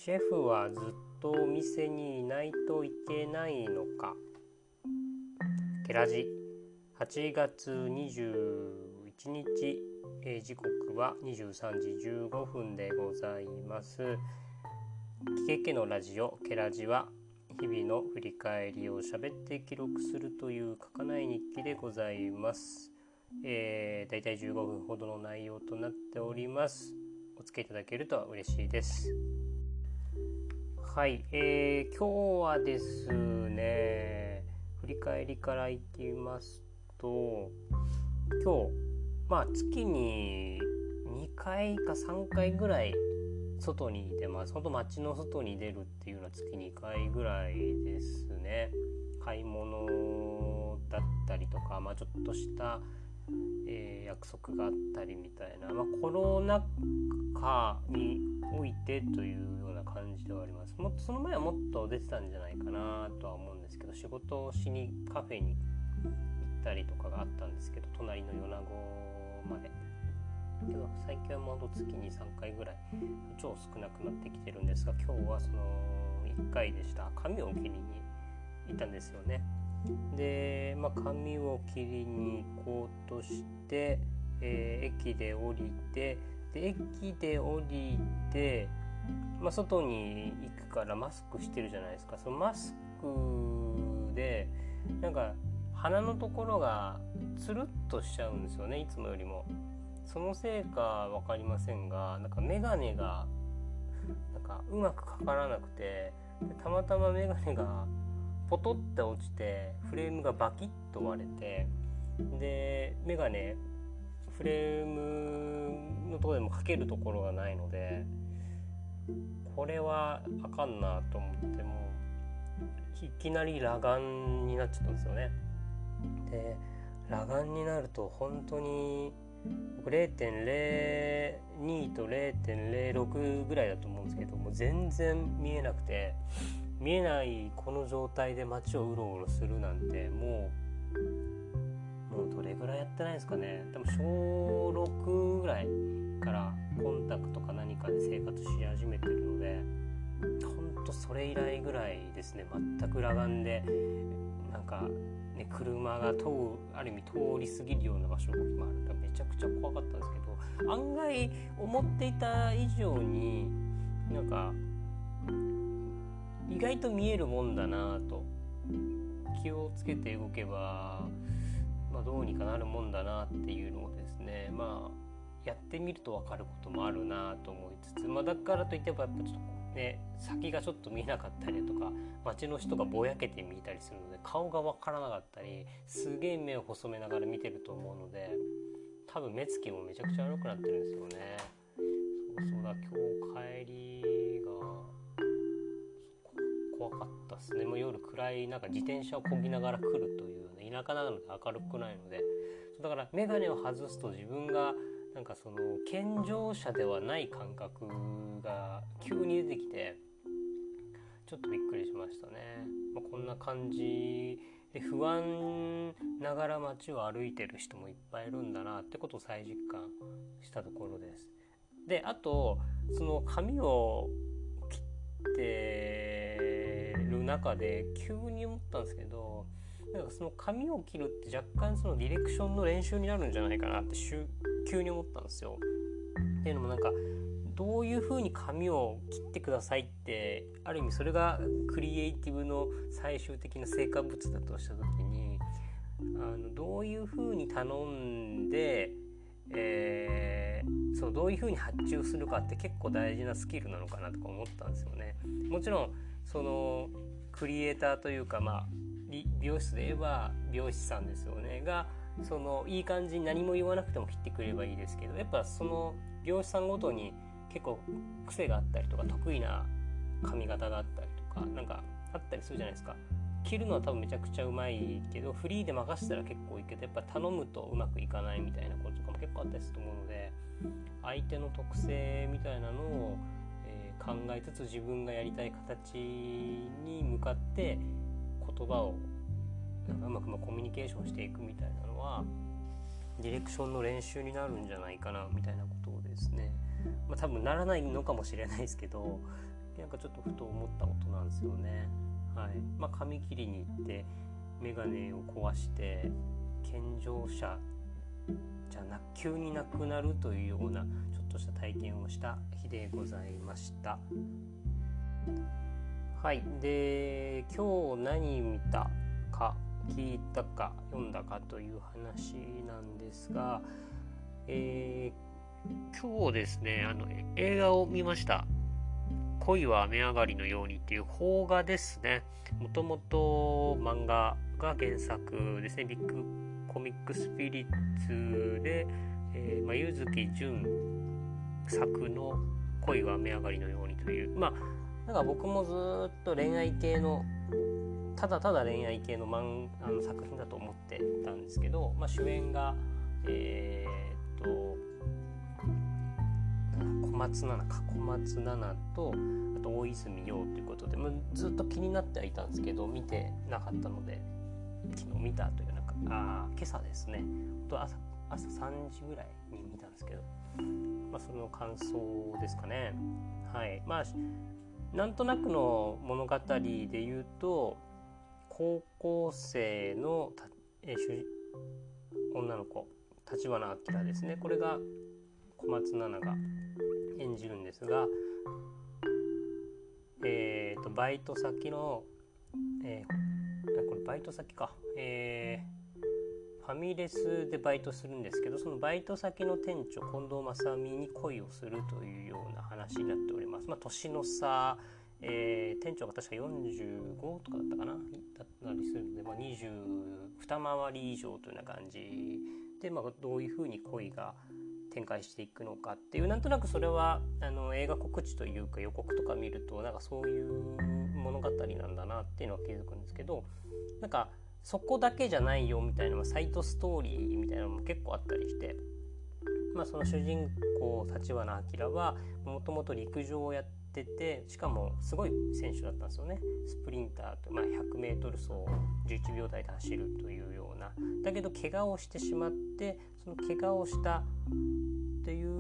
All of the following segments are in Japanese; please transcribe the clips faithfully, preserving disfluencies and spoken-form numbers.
シェフはずっとお店にいないといけないのか。ケラジはちがつにじゅういちにち、えー、時刻はにじゅうさんじじゅうごふんでございます。キケケのラジオケラジは日々の振り返りを喋って記録するという書かない日記でございます。えー、だいたいじゅうごふんほどの内容となっております。お付き合いいただけると嬉しいです。はい、えー、今日はですね、振り返りからいきますと、今日、まあ月ににかいかさんかいぐらい外に出ます。ほんと街の外に出るっていうのは月にかいぐらいですね。買い物だったりとか、まあちょっとしたえー、約束があったりみたいな、まあ、コロナ禍においてというような感じではあります。もっとその前はもっと出てたんじゃないかなとは思うんですけど、仕事をしにカフェに行ったりとかがあったんですけど、隣の米子まで。けど最近はもう月にさんかいぐらい超少なくなってきてるんですが、今日はそのいっかいでした。髪を切りに行ったんですよね。で、まあ、髪を切りに行こうとして、えー、駅で降りて、で駅で降りて、まあ、外に行くからマスクしてるじゃないですか。そのマスクでなんか鼻のところがつるっとしちゃうんですよね、いつもよりも。そのせいか分かりませんが、なんかメガネがなんかうまくかからなくて、でたまたまメガネがポトって落ちてフレームがバキッと割れて、でメガネフレームのところでもかけるところがないので、これはあかんなと思って、もういきなり裸眼になっちゃったんですよね。で裸眼になると本当に れいてんれいに と れいてんれいろく ぐらいだと思うんですけども、全然見えなくて、見えないこの状態で街をうろうろするなんて、もうもうどれぐらいやってないですかね。多分しょうろくぐらいからコンタクトか何かで生活し始めてるので、ほんとそれ以来ぐらいですね。全く裸眼でなんかね、車が通るある意味通り過ぎるような場所もあるからめちゃくちゃ怖かったんですけど、案外思っていた以上になんか意外と見えるもんだなと、気をつけて動けば、まあ、どうにかなるもんだなっていうのをですね、まあやってみると分かることもあるなと思いつつ、まあ、だからといってやっぱちょっとね、先がちょっと見えなかったりとか、街の人がぼやけて見たりするので顔が分からなかったり、すげえ目を細めながら見てると思うので、多分目つきもめちゃくちゃ悪くなってるんですよね。そうそうだ、今日帰りが怖かったですね。もう夜暗いなんか自転車を漕ぎながら来るという、ね、田舎なので明るくないので、だから眼鏡を外すと自分がなんかその健常者ではない感覚が急に出てきて、ちょっとびっくりしましたね。まあ、こんな感じで不安ながら街を歩いてる人もいっぱいいるんだなってことを再実感したところです。で、あとその髪を切ってる中で急に思ったんですけど、なんかその髪を切るって若干そのディレクションの練習になるんじゃないかなって急に思ったんですよ。っていうのも、なんかどういう風に髪を切ってくださいってある意味それがクリエイティブの最終的な成果物だとした時に、あのどういう風に頼んで、えー、そうどういう風に発注するかって結構大事なスキルなのかなとか思ったんですよね。もちろんそのクリエイターというか、まあ美容室で言えば美容師さんですよねが、そのいい感じに何も言わなくても切ってくればいいですけど、やっぱその美容師さんごとに結構癖があったりとか、得意な髪型があったりとかなんかあったりするじゃないですか。切るのは多分めちゃくちゃうまいけど、フリーで任せたら結構いいけど、やっぱ頼むとうまくいかないみたいなこととかも結構あったりすると思うので、相手の特性みたいなのを、えー、考えつつ自分がやりたい形に向かって言葉をなんかうまくコミュニケーションしていくみたいなのはディレクションの練習になるんじゃないかなみたいなことをですね、まあ、多分ならないのかもしれないですけど、 なんかちょっとふと思ったことなんですよね。はい。まあ髪切りに行ってメガネを壊して健常者じゃな急になくなるというようなちょっとした体験をした日でございました。はい。で、今日何見たか聞いたか読んだかという話なんですが、えー、今日ですね、あの映画を見ました。恋は雨上がりのようにっていう邦画ですね。もともと漫画が原作ですね。ビッグコミックスピリッツで、えーまあ、柚月純作の恋は雨上がりのようにという、まあなんか僕もずっと恋愛系のただただ恋愛系の漫あの作品だと思ってたんですけど、まあ、主演がえー、っと小松菜奈か小松菜奈とあと大泉洋ということで、もうずっと気になってはいたんですけど見てなかったので昨日見たというなんかあ今朝ですね朝朝さんじぐらいに見たんですけど、まあ、その感想ですかね。はい。まあなんとなくの物語で言うと高校生のえ女の子立花明ですね。これが小松菜奈が演じるんですが、えー、とバイト先の、えー、これバイト先か、えー、ファミレスでバイトするんですけど、そのバイト先の店長近藤正美に恋をするというような話になっております。まあ、年の差、えー、店長が確かよんじゅうごとかだったかなだったりするので、まあ、にじゅうに回り以上というような感じで、まあ、どういうふうに恋が展開していくのかっていう、なんとなくそれはあの映画告知というか予告とか見るとなんかそういう物語なんだなっていうのは気づくんですけど、なんかそこだけじゃないよみたいなサイドストーリーみたいなのも結構あったりして、まあ、その主人公立花明はもともと陸上をやってて、しかもすごい選手だったんですよね。スプリンターと、まあ、ひゃくメートル走をじゅういちびょう台で走るというような、だけど怪我をしてしまって、その怪我をしたっていう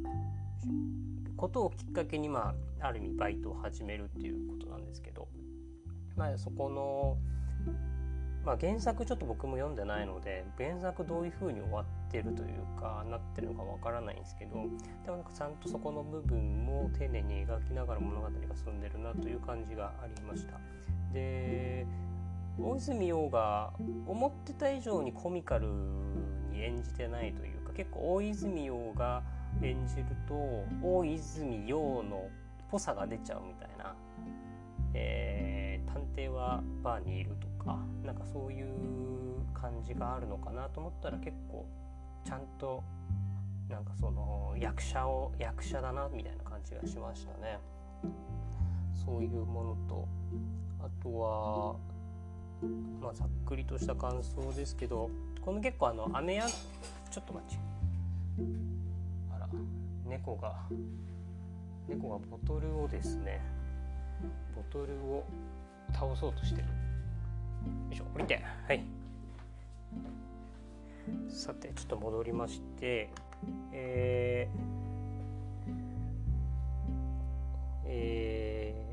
ことをきっかけに、まあ、ある意味バイトを始めるっていうことなんですけど、まあ、そこのまあ、原作ちょっと僕も読んでないので原作どういう風に終わってるというかなってるのかわからないんですけど、でもなんかちゃんとそこの部分も丁寧に描きながら物語が進んでるなという感じがありました。で、大泉洋が思ってた以上にコミカルに演じてないというか、結構大泉洋が演じると大泉洋のぽさが出ちゃうみたいな、えー、探偵はバーにいるとか、なんかそういう感じがあるのかなと思ったら結構ちゃんとなんかその役者を役者だなみたいな感じがしましたね。そういうものと、あとはまあざっくりとした感想ですけど、この結構あの雨やちょっと待って、あら猫が猫がボトルをですねボトルを倒そうとしてる。よいしょ、降りて。はい。さてちょっと戻りまして、えーえ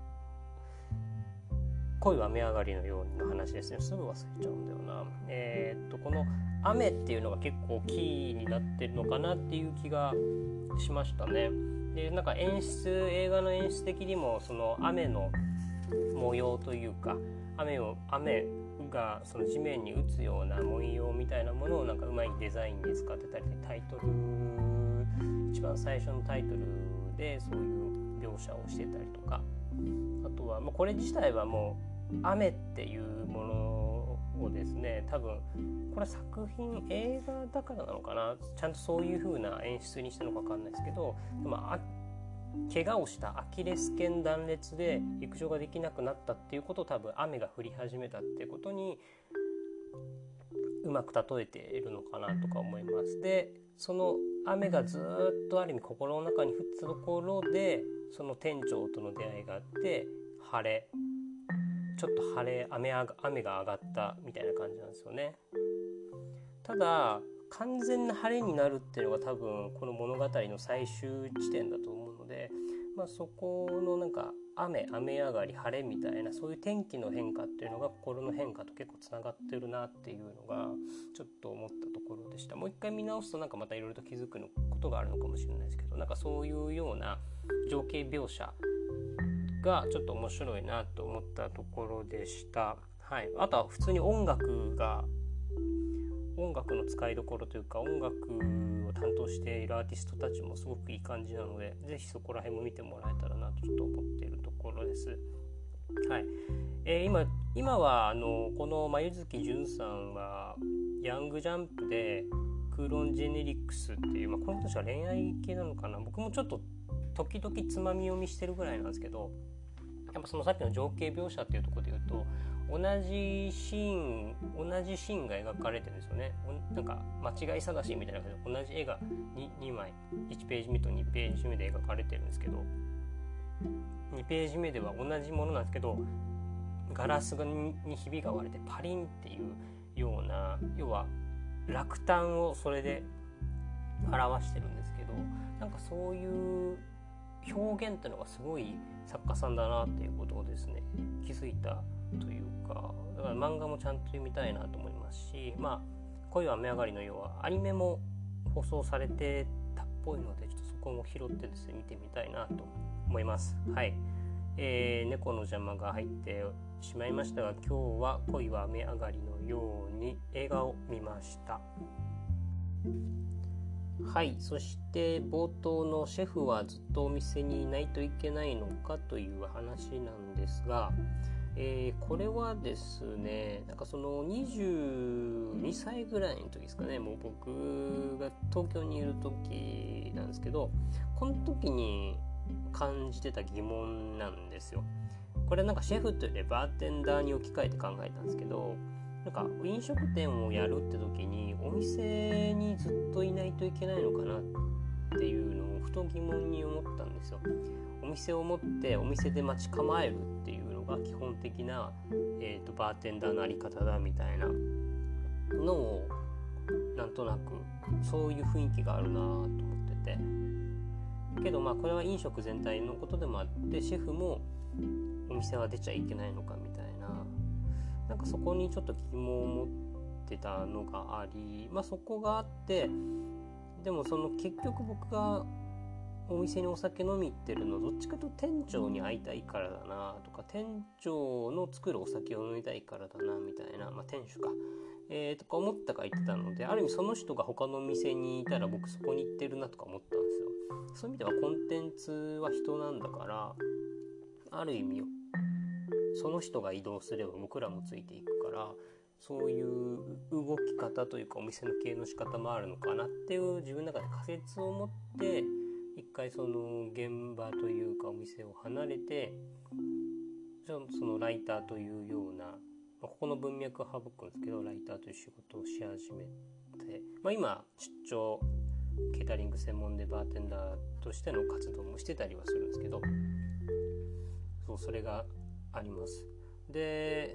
ー、恋は雨上がりのようにの話ですね。すぐ忘れちゃうんだよな。えー、っとこの雨っていうのが結構キーになってるのかなっていう気がしましたね。で、なんか演出映画の演出的にもその雨の模様というか、雨を雨がその地面に打つような文様みたいなものをなんかうまいデザインで使ってたり、タイトル一番最初のタイトルでそういう描写をしてたりとか、あとはもうこれ自体はもう雨っていうものをですね、多分これ作品映画だからなのかな、ちゃんとそういう風な演出にしたのか分かんないですけど、でもあ怪我をしたアキレス腱断裂で陸上ができなくなったっていうことを多分雨が降り始めたっていうことにうまく例えているのかなとか思います。で、その雨がずっとある意味心の中に降ったところでその店長との出会いがあって晴れちょっと晴れ 雨, 雨が上がったみたいな感じなんですよね。ただ完全な晴れになるっていうのが多分この物語の最終地点だと思うので、ままあ、そこのなんか雨雨上がり晴れみたいなそういう天気の変化っていうのが心の変化と結構つながってるなっていうのがちょっと思ったところでした。もう一回見直すとなんかまたいろいろと気づくことがあるのかもしれないですけど、なんかそういうような情景描写がちょっと面白いなと思ったところでした。はい、あとは普通に音楽が音楽の使いどころというか音楽を担当しているアーティストたちもすごくいい感じなので、ぜひそこら辺も見てもらえたらなとちょっと思っているところです。はい、えー、今今はあのこの眉月純さんはヤングジャンプでクーロンジェネリックスっていう、まあ、この人たちは恋愛系なのかな、僕もちょっと時々つまみ読みしてるぐらいなんですけど、やっぱそのさっきの情景描写っていうところで言うと同じシーン同じシーンが描かれてるんですよね。なんか間違い探しみたいな感じで同じ絵が 2, 2枚いちページ目とにページ目で描かれてるんですけど、にページ目では同じものなんですけどガラスにひびが割れてパリンっていうような、要は落胆をそれで表してるんですけど、なんかそういう表現ってのがすごい作家さんだなっていうことをですね気づいたというか、だから漫画もちゃんと読みたいなと思いますし、まあ恋は雨上がりのようはアニメも放送されてたっぽいので、ちょっとそこも拾ってですね見てみたいなと思います。はい、えー、猫の邪魔が入ってしまいましたが、今日は恋は雨上がりのように映画を見ました。はい、そして冒頭のシェフはずっとお店にいないといけないのかという話なんですが、えー、これはですね、なんかそのにじゅうにさいぐらいの時ですかね、もう僕が東京にいる時なんですけど、この時に感じてた疑問なんですよ。これなんかシェフというよりバーテンダーに置き換えて考えたんですけど、なんか飲食店をやるって時にお店にずっといないといけないのかなっていうのをふと疑問に思ったんですよ。お店を持ってお店で待ち構えるっていうのが基本的な、えーと、バーテンダーのあり方だみたいなのをなんとなくそういう雰囲気があるなと思ってて、けどまあこれは飲食全体のことでもあって、シェフもお店は出ちゃいけないのかみたいな、なんかそこにちょっと疑問を持ってたのがあり、まあそこがあって、でもその結局僕がお店にお酒飲み行ってるのどっちかというと店長に会いたいからだなとか、店長の作るお酒を飲みたいからだなみたいな、まあ店主か、えー、とか思ったか言ってたので、ある意味その人が他の店にいたら僕そこに行ってるなとか思ったんですよ。そういう意味ではコンテンツは人なんだから、ある意味その人が移動すれば僕らもついていくから、そういう動き方というかお店の経営の仕方もあるのかなっていう自分の中で仮説を持って一回その現場というかお店を離れて、そのライターというような、まあ、ここの文脈を省くんですけど、ライターという仕事をし始めて、まあ、今出張ケータリング専門でバーテンダーとしての活動もしてたりはするんですけど、そうそれがあります。で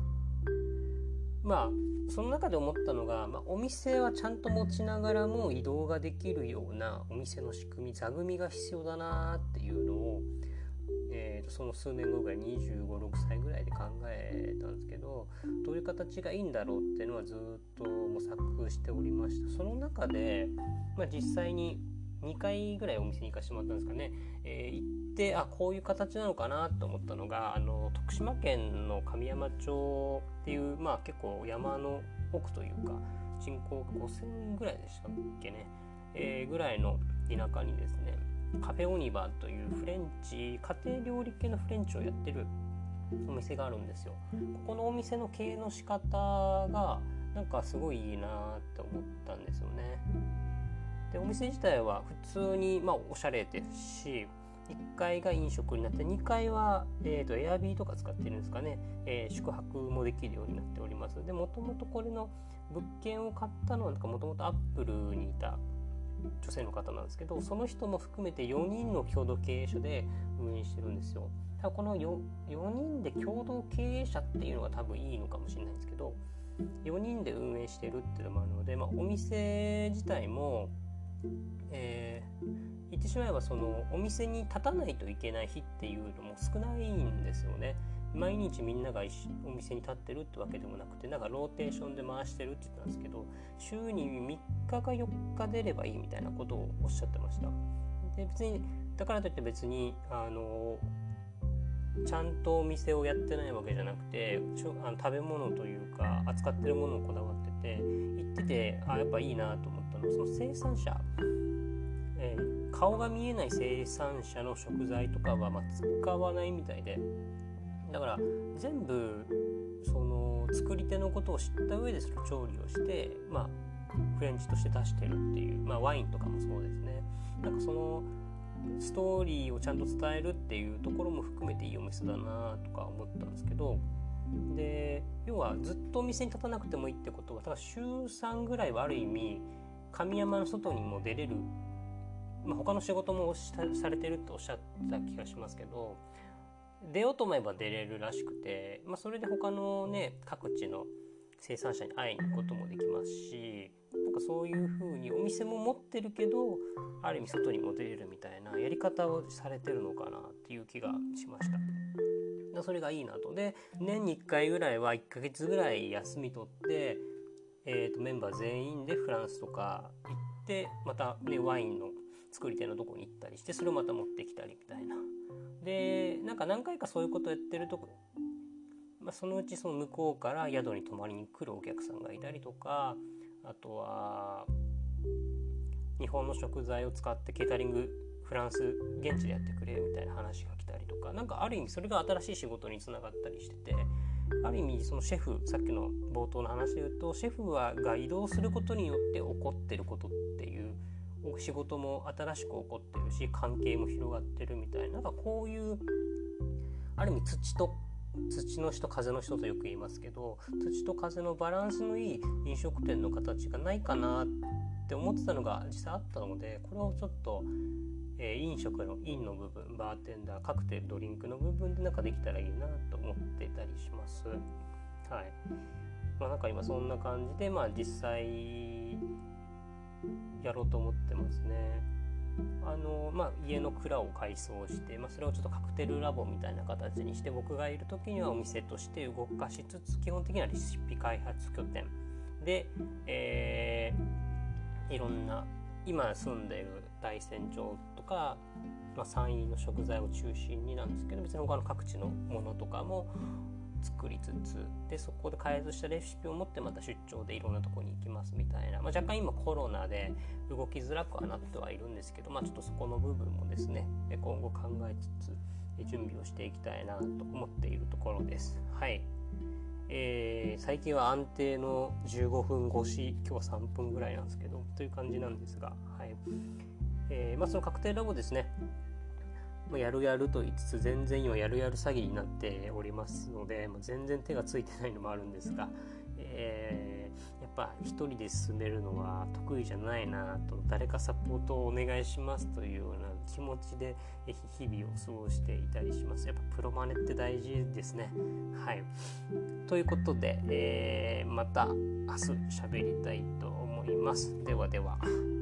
まあその中で思ったのが、まあ、お店はちゃんと持ちながらも移動ができるようなお店の仕組み、座組が必要だなっていうのを、えー、とその数年後ぐらいにじゅうご、ろくさいぐらいで考えたんですけど、どういう形がいいんだろうっていうのはずっと模索しておりました。その中で、まあ、実際ににかいぐらいお店に行かせてもらったんですかね、えー、行ってあこういう形なのかなと思ったのが、あの徳島県の神山町っていう、まあ、結構山の奥というか人口ごせんぐらいでしたっけね、えー、ぐらいの田舎にですね、カフェオニバというフレンチ家庭料理系のフレンチをやってるお店があるんですよ。ここのお店の経営の仕方がなんかすごいいいなって思ったんですよね。でお店自体は普通に、まあ、おしゃれですし、いっかいが飲食になってにかいは、えーと、エアビーとか使ってるんですかね、えー、宿泊もできるようになっております。でもともとこれの物件を買ったのはもともとアップルにいた女性の方なんですけど、その人も含めてよにんの共同経営者で運営してるんですよ。多分この 4, よにんで共同経営者っていうのが多分いいのかもしれないんですけど、よにんで運営してるっていうのもあるので、まあ、お店自体もえー、言ってしまえばそのお店に立たないといけない日っていうのも少ないんですよね。毎日みんながお店に立ってるってわけでもなくて、なんかローテーションで回してるって言ったんですけど、週にみっかかよっか出ればいいみたいなことをおっしゃってました。で別にだからといって別にあのちゃんとお店をやってないわけじゃなくて、あの食べ物というか扱ってるものをこだわってて、行っててあやっぱいいなと思ったのは、その生産者、えー、顔が見えない生産者の食材とかはまあ使わないみたいで、だから全部その作り手のことを知った上でその調理をして、まあフレンチとして出してるっていう、まあワインとかもそうですね。なんかそのストーリーをちゃんと伝えるっていうところも含めていいお店だなとか思ったんですけど、で要はずっとお店に立たなくてもいいってことは、ただ週さんぐらいはある意味神山の外にも出れる、まあ、他の仕事もされてるとおっしゃった気がしますけど、出ようと思えば出れるらしくて、まあ、それで他のね各地の生産者に会いに行くこともできますし、なんかそういう風にお店も持ってるけどある意味外にも出れるみたいなやり方をされてるのかなっていう気がしました。それがいいなと。で年にいっかいぐらいはいっかげつぐらい休み取って、えー、とメンバー全員でフランスとか行って、またねワインの作り手のとこに行ったりして、それをまた持ってきたりみたいな。でなんか何回かそういうことやってると、まあ、そのうちその向こうから宿に泊まりに来るお客さんがいたりとか、あとは日本の食材を使ってケータリングフランス現地でやってくれみたいな話が来たりとか、なんかある意味それが新しい仕事につながったりしてて、ある意味そのシェフ、さっきの冒頭の話で言うと、シェフはが移動することによって起こってることっていう仕事も新しく起こってるし、関係も広がってるみたいな、なんかこういうある意味土と土の人風の人とよく言いますけど、土と風のバランスのいい飲食店の形がないかなって思ってたのが実際あったので、これをちょっと、えー、飲食の飲の部分、バーテンダー、カクテル、ドリンクの部分でなんかできたらいいなと思ってたりします。はい。まあなんか今そんな感じで、まあ実際やろうと思ってますね。あのまあ、家の蔵を改装して、まあ、それをちょっとカクテルラボみたいな形にして、僕がいる時にはお店として動かしつつ、基本的にはレシピ開発拠点で、えー、いろんな今住んでいる大山町とか、まあ、山陰の食材を中心になんですけど、別に他の各地のものとかも作りつつで、そこで開発したレシピを持ってまた出張でいろんなところに行きますみたいな、まあ、若干今コロナで動きづらくはなってはいるんですけど、まあ、ちょっとそこの部分もですね今後考えつつ準備をしていきたいなと思っているところです。はい、えー、最近は安定のじゅうごふん越し、今日はさんぷんぐらいなんですけどという感じなんですが、はい、えーまあ、そのカクテルラボですね、やるやると言いつつ全然今やるやる詐欺になっておりますので、もう全然手がついてないのもあるんですが、えー、やっぱ一人で進めるのは得意じゃないなと、誰かサポートをお願いしますというような気持ちで日々を過ごしていたりします。やっぱプロマネって大事ですね。はい、ということで、えー、また明日喋りたいと思います。ではでは。